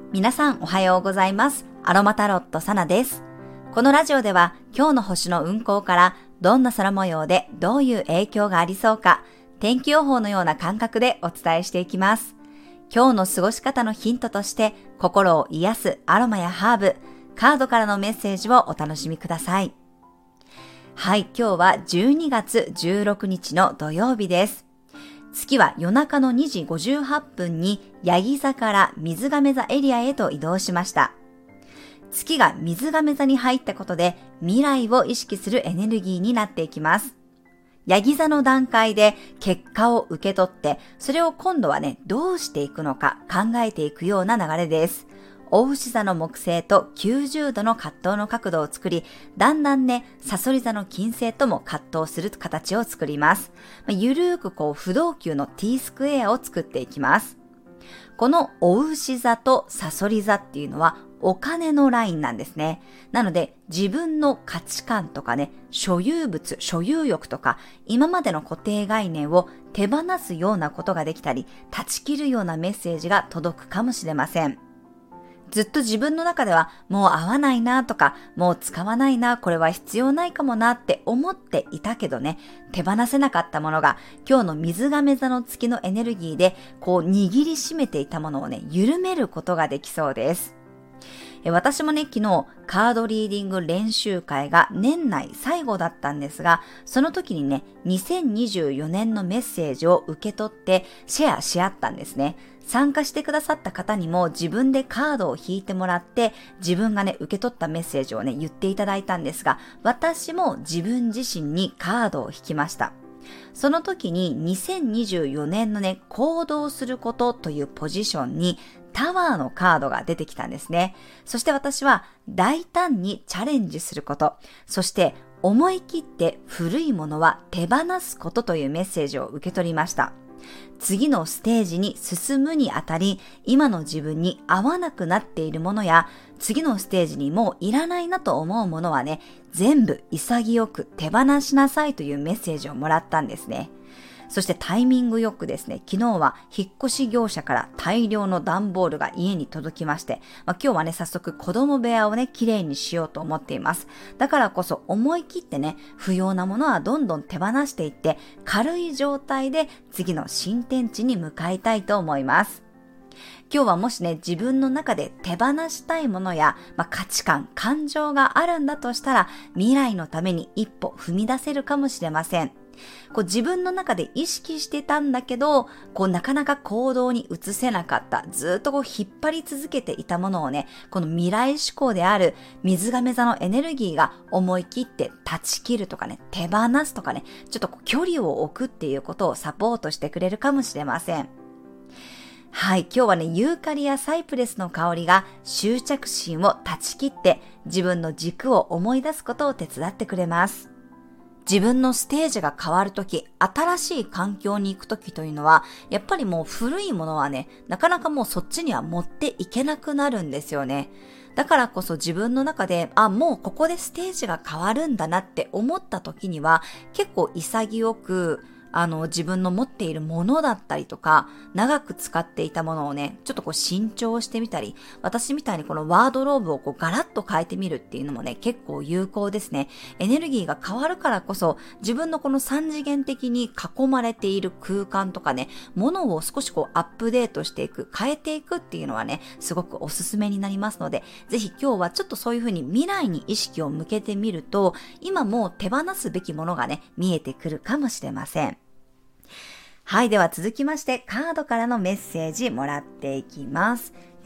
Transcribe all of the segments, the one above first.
皆さんおはようございます。アロマタロットサナです。このラジオでは今日の星の運行からどんな空模様でどういう影響がありそうか、天気予報のような感覚でお伝えしていきます。今日の過ごし方のヒントとして心を癒すアロマやハーブ、カードからのメッセージをお楽しみください。はい、今日は12月16日の土曜日です。月は夜中の2時58分にヤギ座から水亀座エリアへと移動しました。月が水亀座に入ったことで未来を意識するエネルギーになっていきます。ヤギ座の段階で結果を受け取って、それを今度はどうしていくのか考えていくような流れです。牡牛座の木星と90度の葛藤の角度を作り、だんだんサソリ座の金星とも葛藤する形を作ります。ゆるーく不動級の T スクエアを作っていきます。この牡牛座とサソリ座っていうのはお金のラインなんですね。なので自分の価値観とか所有物、所有欲とか今までの固定概念を手放すようなことができたり、断ち切るようなメッセージが届くかもしれません。ずっと自分の中ではもう合わないなとか、もう使わないな、これは必要ないかもなって思っていたけど手放せなかったものが今日の水亀座の月のエネルギーで握りしめていたものを緩めることができそうです。私も昨日カードリーディング練習会が年内最後だったんですが、その時に2024年のメッセージを受け取ってシェアし合ったんですね。参加してくださった方にも自分でカードを引いてもらって、自分が受け取ったメッセージを言っていただいたんですが、私も自分自身にカードを引きました。その時に2024年の行動することというポジションにタワーのカードが出てきたんですね。そして私は大胆にチャレンジすること、そして思い切って古いものは手放すことというメッセージを受け取りました。次のステージに進むにあたり、今の自分に合わなくなっているものや、次のステージにもういらないなと思うものは全部潔く手放しなさいというメッセージをもらったんですね。そしてタイミングよく昨日は引っ越し業者から大量の段ボールが家に届きまして、今日は早速子供部屋をきれいにしようと思っています。だからこそ思い切って不要なものはどんどん手放していって、軽い状態で次の新天地に向かいたいと思います。今日はもし自分の中で手放したいものや、価値観、感情があるんだとしたら、未来のために一歩踏み出せるかもしれません。自分の中で意識してたんだけど、なかなか行動に移せなかった、ずっと引っ張り続けていたものをこの未来志向である水亀座のエネルギーが思い切って断ち切るとか手放すとかちょっと距離を置くっていうことをサポートしてくれるかもしれません。はい、今日はユーカリやサイプレスの香りが執着心を断ち切って自分の軸を思い出すことを手伝ってくれます。自分のステージが変わるとき、新しい環境に行くときというのは、やっぱりもう古いものはなかなかもうそっちには持っていけなくなるんですよね。だからこそ自分の中で、もうここでステージが変わるんだなって思ったときには、結構潔く、自分の持っているものだったりとか、長く使っていたものをちょっと新調してみたり、私みたいにこのワードローブをガラッと変えてみるっていうのも結構有効ですね。エネルギーが変わるからこそ、自分のこの三次元的に囲まれている空間とかものを少しアップデートしていく、変えていくっていうのはすごくおすすめになりますので、ぜひ今日はちょっとそういうふうに未来に意識を向けてみると、今もう手放すべきものが見えてくるかもしれません。はい、では続きましてカードからのメッセージもらっていきます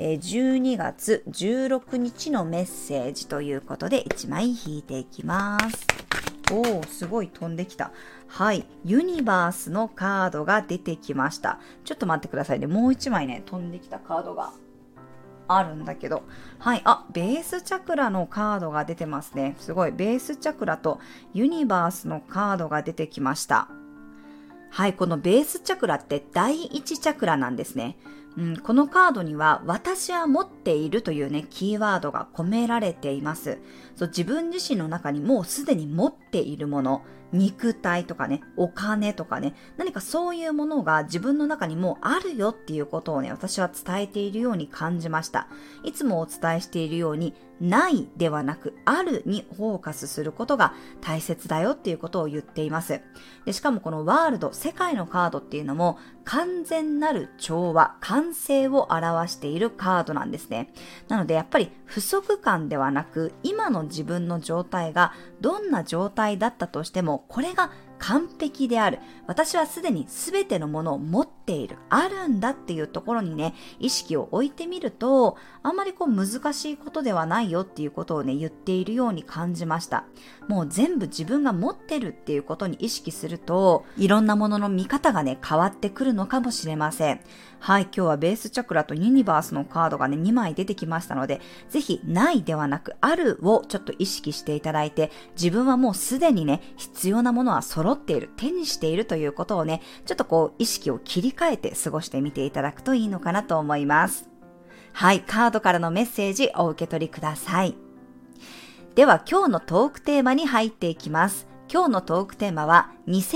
。12月16日のメッセージということで1枚引いていきます。すごい飛んできた。はい、ユニバースのカードが出てきました。ちょっと待ってくださいね。もう1枚飛んできたカードがあるんだけど。はい、ベースチャクラのカードが出てますね。すごい、ベースチャクラとユニバースのカードが出てきました。はい、このベースチャクラって第一チャクラなんですね。このカードには私は持っているというキーワードが込められています。自分自身の中にもうすでに持っっているもの、肉体とかね、お金とかね、何かそういうものが自分の中にもうあるよっていうことをね、私は伝えているように感じました。いつもお伝えしているように、ないではなく、あるにフォーカスすることが大切だよっていうことを言っています。で、しかもこのワールド、世界のカードっていうのも、完全なる調和、完成を表しているカードなんですね。なのでやっぱり不足感ではなく、今の自分の状態がどんな状態だったとしても、これが完璧である。私はすでに全てのものを持っている。あるんだっていうところにね、意識を置いてみると、あんまり難しいことではないよっていうことをね、言っているように感じました。もう全部自分が持ってるっていうことに意識すると、いろんなものの見方がね、変わってくるのかもしれません。はい、今日はベースチャクラとユニバースのカードがね、2枚出てきましたので、ぜひないではなく、あるをちょっと意識していただいて、自分はもうすでにね、必要なものは揃っている、手にしているということをね、ちょっと意識を切り替えて過ごしてみていただくといいのかなと思います。はい、カードからのメッセージお受け取りください。では今日のトークテーマに入っていきます。今日のトークテーマは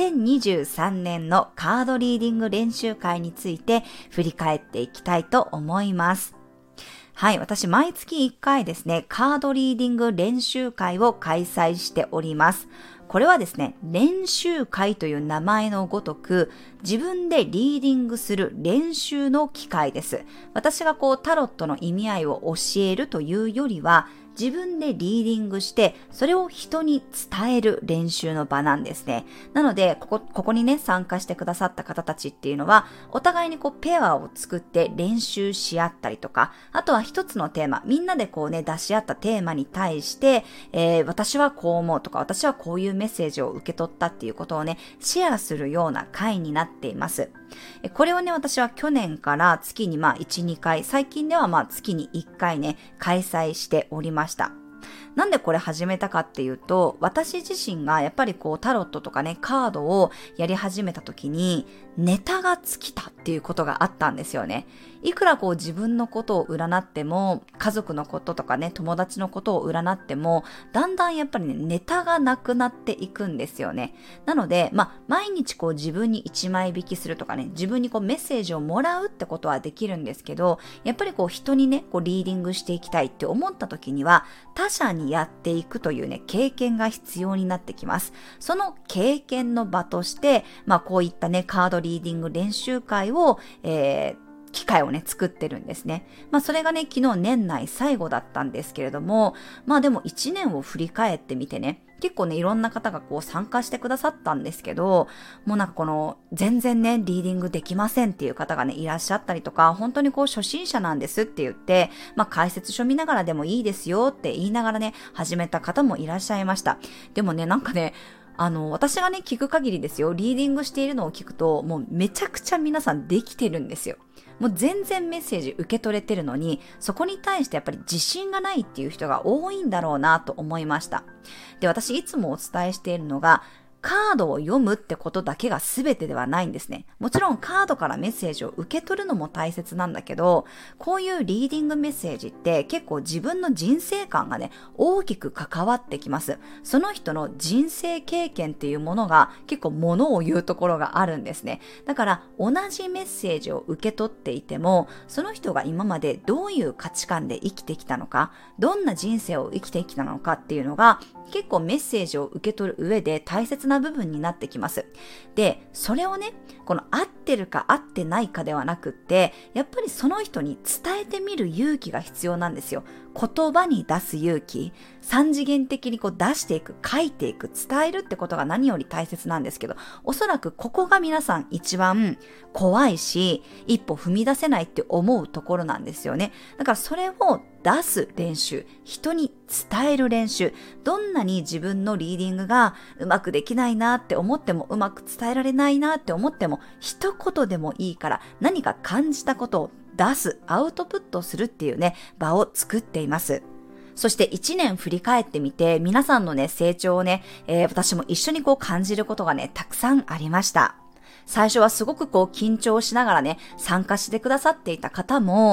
2023年のカードリーディング練習会について振り返っていきたいと思います。はい、私毎月1回ですね、カードリーディング練習会を開催しております。これはですね、練習会という名前のごとく、自分でリーディングする練習の機会です。私がタロットの意味合いを教えるというよりは、自分でリーディングして、それを人に伝える練習の場なんですね。なので、ここにね、参加してくださった方たちっていうのは、お互いにペアを作って練習し合ったりとか、あとは一つのテーマ、みんなで出し合ったテーマに対して、私はこう思うとか、私はこういうメッセージを受け取ったっていうことをね、シェアするような会になっています。これをね、私は去年から月に1、2回、最近では月に1回ね、開催しておりました。なんでこれ始めたかっていうと、私自身がやっぱりタロットとかね、カードをやり始めた時に、ネタが尽きたっていうことがあったんですよね。いくら自分のことを占っても、家族のこととかね、友達のことを占っても、だんだんやっぱりね、ネタがなくなっていくんですよね。なので、毎日自分に1枚引きするとかね、自分にメッセージをもらうってことはできるんですけど、やっぱり人にね、リーディングしていきたいって思った時には、他者にやっていくというね、経験が必要になってきます。その経験の場として、こういったね、カードリーディング練習会を、機会をね、作ってるんですね。それがね、昨日年内最後だったんですけれども、でも1年を振り返ってみてね、結構ね、いろんな方が参加してくださったんですけど、もう全然ね、リーディングできませんっていう方がね、いらっしゃったりとか、本当に初心者なんですって言って、解説書見ながらでもいいですよって言いながらね、始めた方もいらっしゃいました。でもね、私がね、聞く限りですよ、リーディングしているのを聞くと、もうめちゃくちゃ皆さんできてるんですよ。もう全然メッセージ受け取れてるのに、そこに対してやっぱり自信がないっていう人が多いんだろうなと思いました。で、私いつもお伝えしているのが、カードを読むってことだけが全てではないんですね。もちろんカードからメッセージを受け取るのも大切なんだけど、こういうリーディングメッセージって結構自分の人生観がね、大きく関わってきます。その人の人生経験っていうものが結構物を言うところがあるんですね。だから同じメッセージを受け取っていても、その人が今までどういう価値観で生きてきたのか、どんな人生を生きてきたのかっていうのが結構メッセージを受け取る上で大切な部分になってきます。で、それをね、合ってるか合ってないかではなくって、やっぱりその人に伝えてみる勇気が必要なんですよ。言葉に出す勇気、三次元的に出していく、書いていく、伝えるってことが何より大切なんですけど、おそらくここが皆さん一番怖いし、一歩踏み出せないって思うところなんですよね。だからそれを出す練習、人に伝える練習、どんなに自分のリーディングがうまくできないなって思っても、うまく伝えられないなって思っても、一言でもいいから何か感じたことを出す、アウトプットするっていうね、場を作っています。そして1年振り返ってみて、皆さんのね、成長をね、私も一緒に感じることがね、たくさんありました。最初はすごく緊張しながらね、参加してくださっていた方も、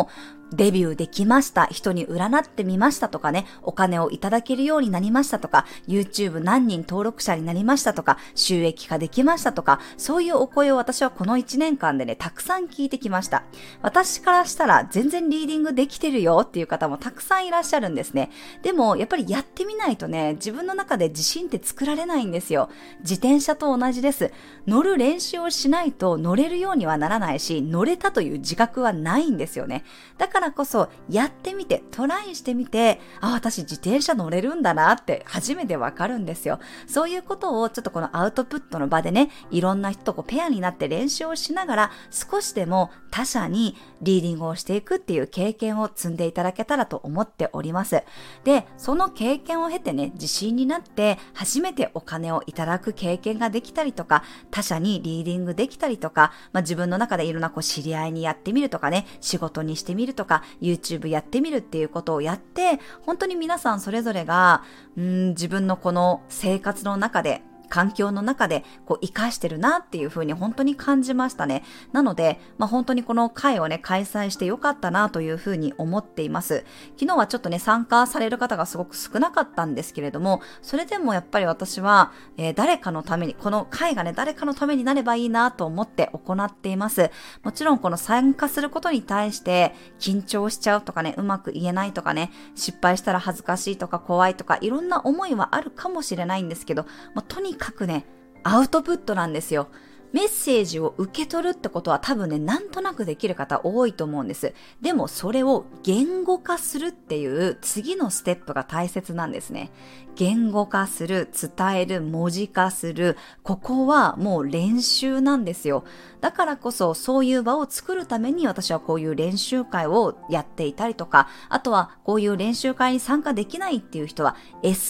デビューできました、人に占ってみましたとかね、お金をいただけるようになりましたとか、YouTube 何人登録者になりましたとか、収益化できましたとか、そういうお声を私はこの1年間でね、たくさん聞いてきました。私からしたら全然リーディングできてるよっていう方もたくさんいらっしゃるんですね。でもやっぱりやってみないとね、自分の中で自信って作られないんですよ。自転車と同じです。乗る練習をしないと乗れるようにはならないし、乗れたという自覚はないんですよね。だからこそやってみて、トライしてみて、私自転車乗れるんだなって初めてわかるんですよ。そういうことをちょっとこのアウトプットの場でね、いろんな人とペアになって練習をしながら、少しでも他者にリーディングをしていくっていう経験を積んでいただけたらと思っております。で、その経験を経てね、自信になって初めてお金をいただく経験ができたりとか、他者にリーディングできたりとか、自分の中でいろんな知り合いにやってみるとかね、仕事にしてみるとか、YouTube やってみるっていうことをやって、本当に皆さんそれぞれが自分のこの生活の中で、環境の中で活かしてるなっていう風に本当に感じましたね。なので、本当にこの会をね、開催してよかったなという風に思っています。昨日はちょっとね、参加される方がすごく少なかったんですけれども、それでもやっぱり私は、誰かのために、この会がね、誰かのためになればいいなと思って行っています。もちろんこの参加することに対して緊張しちゃうとかね、うまく言えないとかね、失敗したら恥ずかしいとか怖いとか、いろんな思いはあるかもしれないんですけど、とにかくね、アウトプットなんですよ。メッセージを受け取るってことは多分ね、なんとなくできる方多いと思うんです。でもそれを言語化するっていう次のステップが大切なんですね。言語化する、伝える、文字化する、ここはもう練習なんですよ。だからこそそういう場を作るために私はこういう練習会をやっていたりとか、あとはこういう練習会に参加できないっていう人は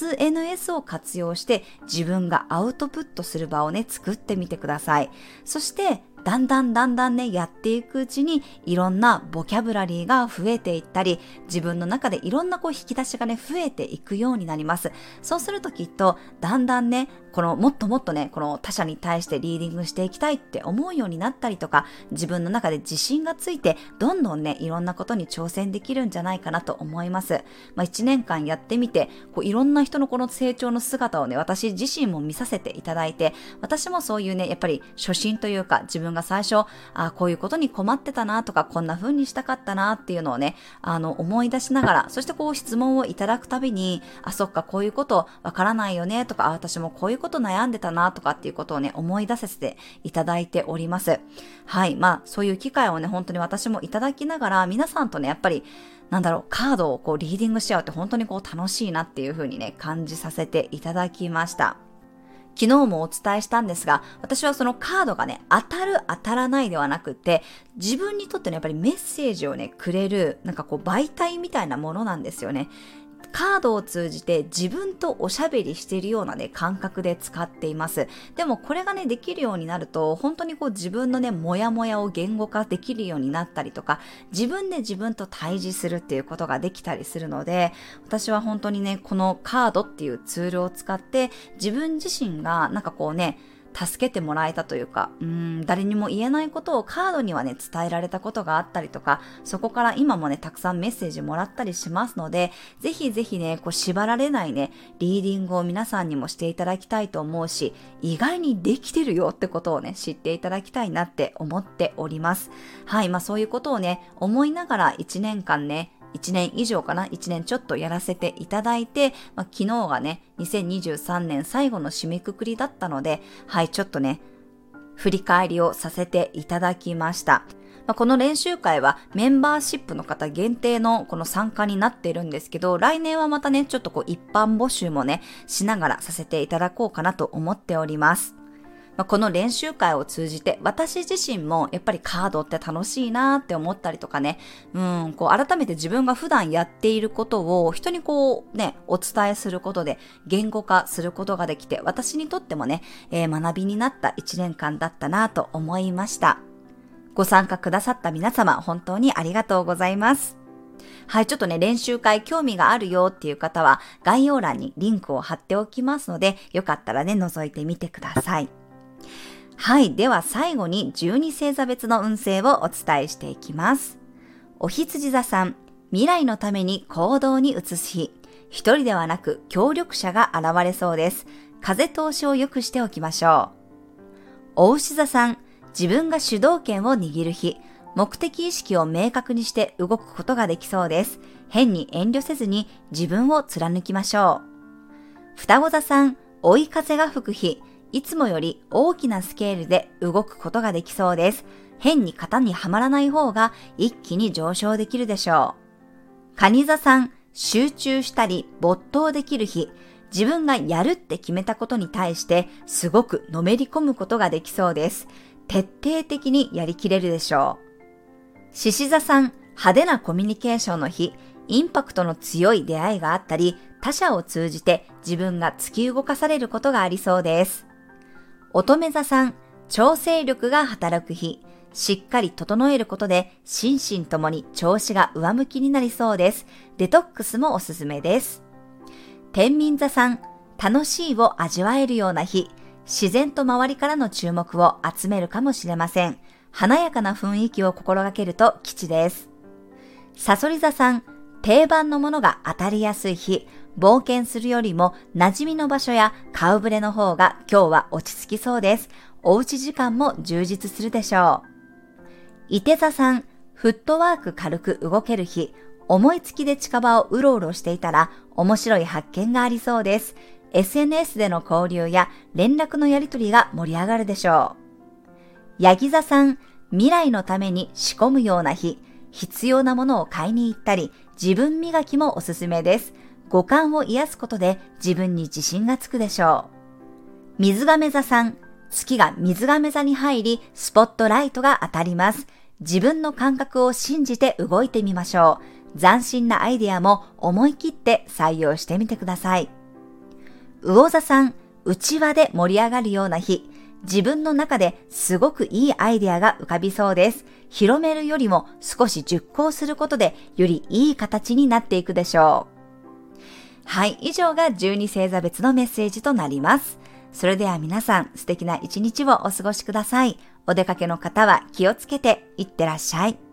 SNS を活用して自分がアウトプットする場をね、作ってみてください。そしてだんだんね、やっていくうちにいろんなボキャブラリーが増えていったり、自分の中でいろんな引き出しがね、増えていくようになります。そうするときっとだんだんね、もっともっとね、この他者に対してリーディングしていきたいって思うようになったりとか、自分の中で自信がついて、どんどんね、いろんなことに挑戦できるんじゃないかなと思います。1年間やってみて、いろんな人のこの成長の姿をね、私自身も見させていただいて、私もそういうね、やっぱり初心というか、自分が最初、こういうことに困ってたなとか、こんな風にしたかったなっていうのをね、思い出しながら、そして質問をいただくたびに、そっか、こういうことわからないよねとか、私もこういうこと悩んでたなとかっていうことをね、思い出させていただいております。はい。そういう機会をね、本当に私もいただきながら、皆さんとね、やっぱり、カードをリーディングし合うって本当に楽しいなっていう風にね、感じさせていただきました。昨日もお伝えしたんですが、私はそのカードがね、当たる当たらないではなくて、自分にとってのやっぱりメッセージをね、くれる、媒体みたいなものなんですよね。カードを通じて自分とおしゃべりしているようなね、感覚で使っています。でもこれがね、できるようになると、本当に自分のね、モヤモヤを言語化できるようになったりとか、自分で自分と対峙するっていうことができたりするので、私は本当にね、このカードっていうツールを使って、自分自身が助けてもらえたというか、誰にも言えないことをカードにはね、伝えられたことがあったりとか、そこから今もね、たくさんメッセージもらったりしますので、ぜひぜひね、縛られないね、リーディングを皆さんにもしていただきたいと思うし、意外にできてるよってことをね、知っていただきたいなって思っております。はい、そういうことをね、思いながら1年間ね、1年以上かな ?1 年ちょっとやらせていただいて、昨日がね、2023年最後の締めくくりだったので、はい、ちょっとね、振り返りをさせていただきました。この練習会はメンバーシップの方限定のこの参加になっているんですけど、来年はまたね、ちょっと一般募集もね、しながらさせていただこうかなと思っております。この練習会を通じて私自身もやっぱりカードって楽しいなって思ったりとかね、改めて自分が普段やっていることを人にお伝えすることで言語化することができて、私にとってもね、学びになった1年間だったなと思いました。ご参加くださった皆様、本当にありがとうございます。はい、ちょっとね、練習会興味があるよっていう方は概要欄にリンクを貼っておきますので、よかったらね、覗いてみてください。はい。では最後に12星座別の運勢をお伝えしていきます。 お羊座さん、未来のために行動に移す日。一人ではなく協力者が現れそうです。風通しを良くしておきましょう。お牛座さん、自分が主導権を握る日。目的意識を明確にして動くことができそうです。変に遠慮せずに自分を貫きましょう。双子座さん、追い風が吹く日。いつもより大きなスケールで動くことができそうです。変に型にはまらない方が一気に上昇できるでしょう。蟹座さん、集中したり没頭できる日。自分がやるって決めたことに対してすごくのめり込むことができそうです。徹底的にやりきれるでしょう。獅子座さん、派手なコミュニケーションの日。インパクトの強い出会いがあったり、他者を通じて自分が突き動かされることがありそうです。乙女座さん、調整力が働く日。しっかり整えることで心身ともに調子が上向きになりそうです。デトックスもおすすめです。天秤座さん、楽しいを味わえるような日。自然と周りからの注目を集めるかもしれません。華やかな雰囲気を心がけると吉です。蠍座さん、定番のものが当たりやすい日。冒険するよりも馴染みの場所や顔ぶれの方が今日は落ち着きそうです。おうち時間も充実するでしょう。射手座さん、フットワーク軽く動ける日。思いつきで近場をうろうろしていたら面白い発見がありそうです。SNS での交流や連絡のやり取りが盛り上がるでしょう。ヤギ座さん、未来のために仕込むような日。必要なものを買いに行ったり、自分磨きもおすすめです。五感を癒すことで自分に自信がつくでしょう。水亀座さん、月が水亀座に入り、スポットライトが当たります。自分の感覚を信じて動いてみましょう。斬新なアイデアも思い切って採用してみてください。魚座さん、内輪で盛り上がるような日。自分の中ですごくいいアイデアが浮かびそうです。広めるよりも少し熟考することでよりいい形になっていくでしょう。はい、以上が12星座別のメッセージとなります。それでは皆さん、素敵な一日をお過ごしください。お出かけの方は気をつけていってらっしゃい。